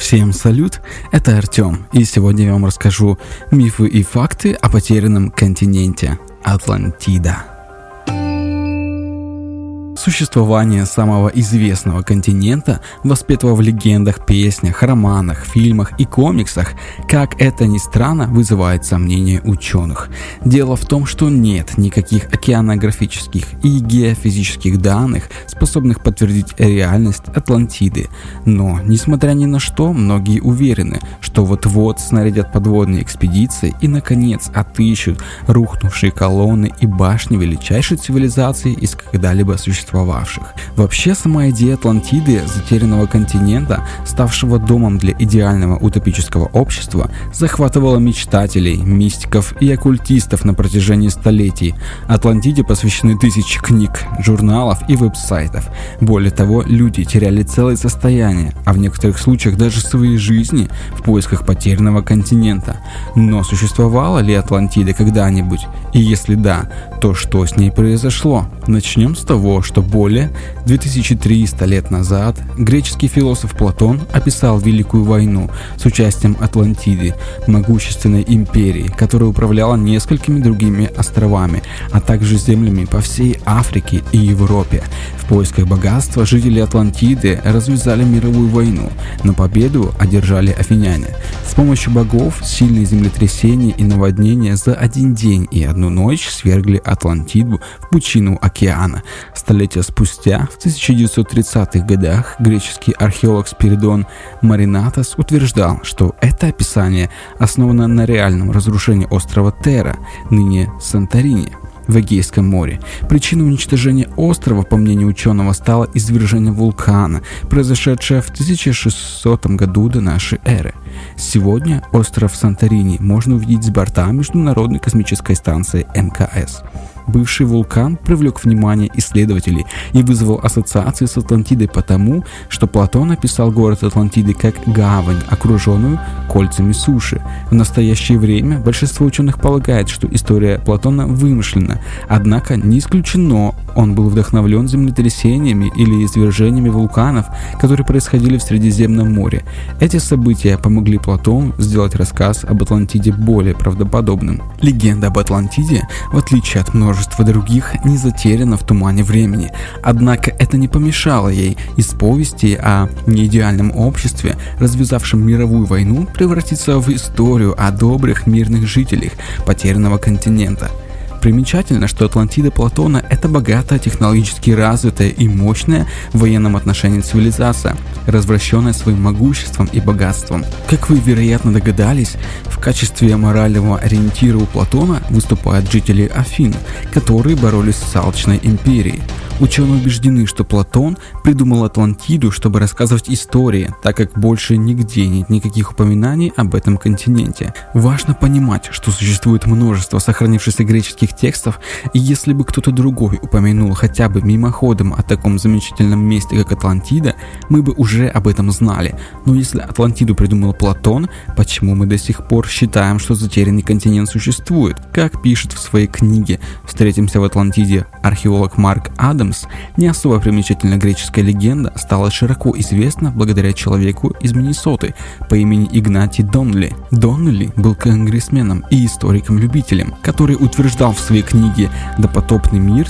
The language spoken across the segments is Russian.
Всем салют, это Артем, и сегодня я вам расскажу мифы и факты о потерянном континенте Атлантида. Существование самого известного континента воспетого в легендах, песнях, романах, фильмах и комиксах, как это ни странно, вызывает сомнения ученых. Дело в том, что нет никаких океанографических и геофизических данных, способных подтвердить реальность Атлантиды. Но, несмотря ни на что, многие уверены, что вот-вот снарядят подводные экспедиции и, наконец, отыщут рухнувшие колонны и башни величайшей цивилизации из когда-либо существовавших. Вообще, сама идея Атлантиды, затерянного континента, ставшего домом для идеального утопического общества, захватывала мечтателей, мистиков и оккультистов на протяжении столетий. Атлантиде посвящены тысячи книг, журналов и веб-сайтов. Более того, люди теряли целое состояние, а в некоторых случаях даже свои жизни в поисках потерянного континента. Но существовала ли Атлантида когда-нибудь? И если да, то что с ней произошло? Начнем с того, что более 2300 лет назад греческий философ Платон описал Великую войну с участием Атлантиды, могущественной империи, которая управляла несколькими другими островами, а также землями по всей Африке и Европе. В поисках богатства жители Атлантиды развязали мировую войну, но победу одержали афиняне. С помощью богов сильные землетрясения и наводнения за один день и одну ночь свергли Атлантиду в пучину океана. Столетия спустя, в 1930-х годах, греческий археолог Спиридон Маринатос утверждал, что это описание основано на реальном разрушении острова Терра, ныне Санторини, в Эгейском море. Причиной уничтожения острова, по мнению ученого, стало извержение вулкана, произошедшее в 1600 году до нашей эры. Сегодня остров Санторини можно увидеть с борта Международной космической станции МКС. Бывший вулкан привлек внимание исследователей и вызвал ассоциации с Атлантидой потому, что Платон описал город Атлантиды как гавань, окруженную кольцами суши. В настоящее время большинство ученых полагает, что история Платона вымышлена, однако не исключено, он был вдохновлен землетрясениями или извержениями вулканов, которые происходили в Средиземном море. Эти события помогли Платону сделать рассказ об Атлантиде более правдоподобным. Легенда об Атлантиде, в отличие от множества других, не затеряна в тумане времени. Однако это не помешало ей из повести о неидеальном обществе, развязавшем мировую войну, превратиться в историю о добрых мирных жителях потерянного континента. Примечательно, что Атлантида Платона – это богатая, технологически развитая и мощная в военном отношении цивилизация, развращенная своим могуществом и богатством. Как вы, вероятно, догадались, в качестве морального ориентира у Платона выступают жители Афин, которые боролись с алчной империей. Ученые убеждены, что Платон придумал Атлантиду, чтобы рассказывать истории, так как больше нигде нет никаких упоминаний об этом континенте. Важно понимать, что существует множество сохранившихся греческих текстов, и если бы кто-то другой упомянул хотя бы мимоходом о таком замечательном месте, как Атлантида, мы бы уже об этом знали. Но если Атлантиду придумал Платон, почему мы до сих пор считаем, что затерянный континент существует? Как пишет в своей книге «Встретимся в Атлантиде» археолог Марк Адамс, не особо примечательная греческая легенда стала широко известна благодаря человеку из Миннесоты по имени Игнатий Доннелли. Доннелли был конгрессменом и историком-любителем, который утверждал в своей книге «Допотопный мир»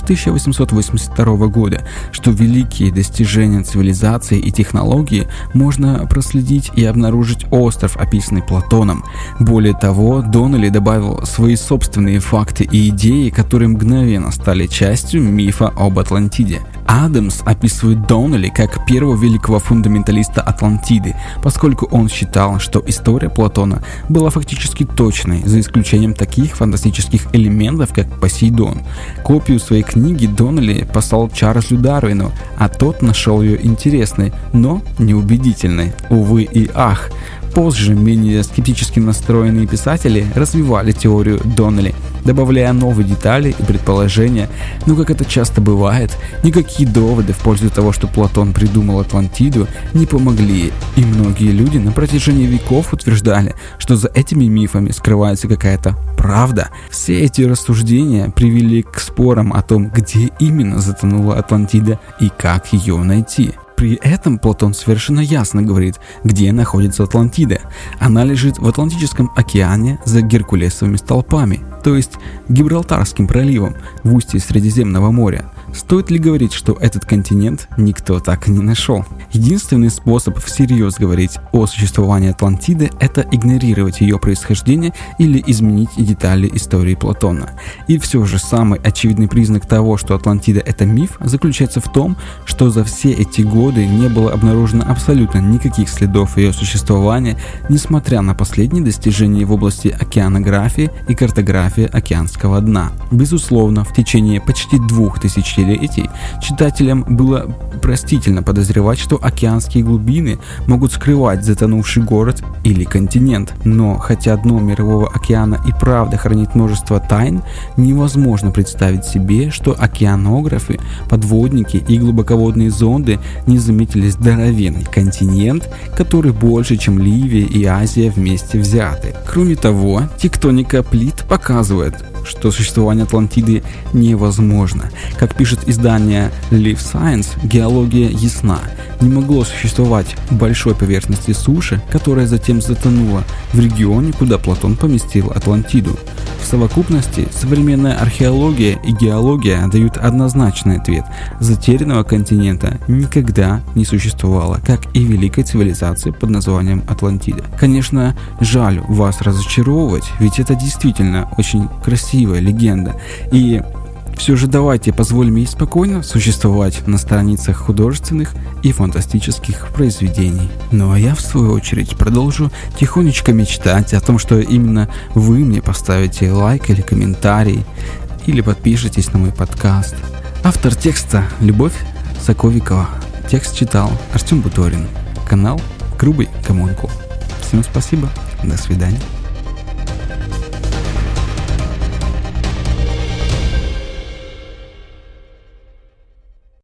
1882 года, что великие достижения цивилизации и технологии можно проследить и обнаружить остров, описанный Платоном. Более того, Доннелли добавил свои собственные факты и идеи, которые мгновенно стали частью мифа об Атлантиде. Адамс описывает Доннелли как первого великого фундаменталиста Атлантиды, поскольку он считал, что история Платона была фактически точной, за исключением таких фантастических элементов, как Посейдон. Копию своей книги Доннелли послал Чарльзу Дарвину, а тот нашел ее интересной, но неубедительной. Увы и ах. Позже менее скептически настроенные писатели развивали теорию Доннелли, добавляя новые детали и предположения, но, как это часто бывает, никакие доводы в пользу того, что Платон придумал Атлантиду, не помогли, и многие люди на протяжении веков утверждали, что за этими мифами скрывается какая-то правда. Все эти рассуждения привели к спорам о том, где именно затонула Атлантида и как ее найти. При этом Платон совершенно ясно говорит, где находится Атлантида. Она лежит в Атлантическом океане за Геркулесовыми столпами, то есть Гибралтарским проливом в устье Средиземного моря. Стоит ли говорить, что этот континент никто так и не нашел? Единственный способ всерьез говорить о существовании Атлантиды – это игнорировать ее происхождение или изменить детали истории Платона. И все же самый очевидный признак того, что Атлантида – это миф, заключается в том, что за все эти годы не было обнаружено абсолютно никаких следов ее существования, несмотря на последние достижения в области океанографии и картографии океанского дна. Безусловно, в течение почти 2000 читателям было простительно подозревать, что океанские глубины могут скрывать затонувший город или континент. Но хотя дно Мирового океана и правда хранит множество тайн, невозможно представить себе, что океанографы, подводники и глубоководные зонды не заметили здоровенный континент, который больше, чем Ливия и Азия вместе взяты. Кроме того, тектоника плит показывает, что существование Атлантиды невозможно. Как пишет издание Life Science, геология ясна. Не могло существовать большой поверхности суши, которая затем затонула в регионе, куда Платон поместил Атлантиду. В совокупности современная археология и геология дают однозначный ответ. Затерянного континента никогда не существовало, как и великой цивилизации под названием Атлантида. Конечно, жаль вас разочаровывать, ведь это действительно очень красивая легенда. И все же давайте позволим ей спокойно существовать на страницах художественных и фантастических произведений. Ну а я, в свою очередь, продолжу тихонечко мечтать о том, что именно вы мне поставите лайк или комментарий, или подпишитесь на мой подкаст. Автор текста – Любовь Соковикова. Текст читал Артем Буторин. Канал Грубый Гомункул. Всем спасибо. До свидания.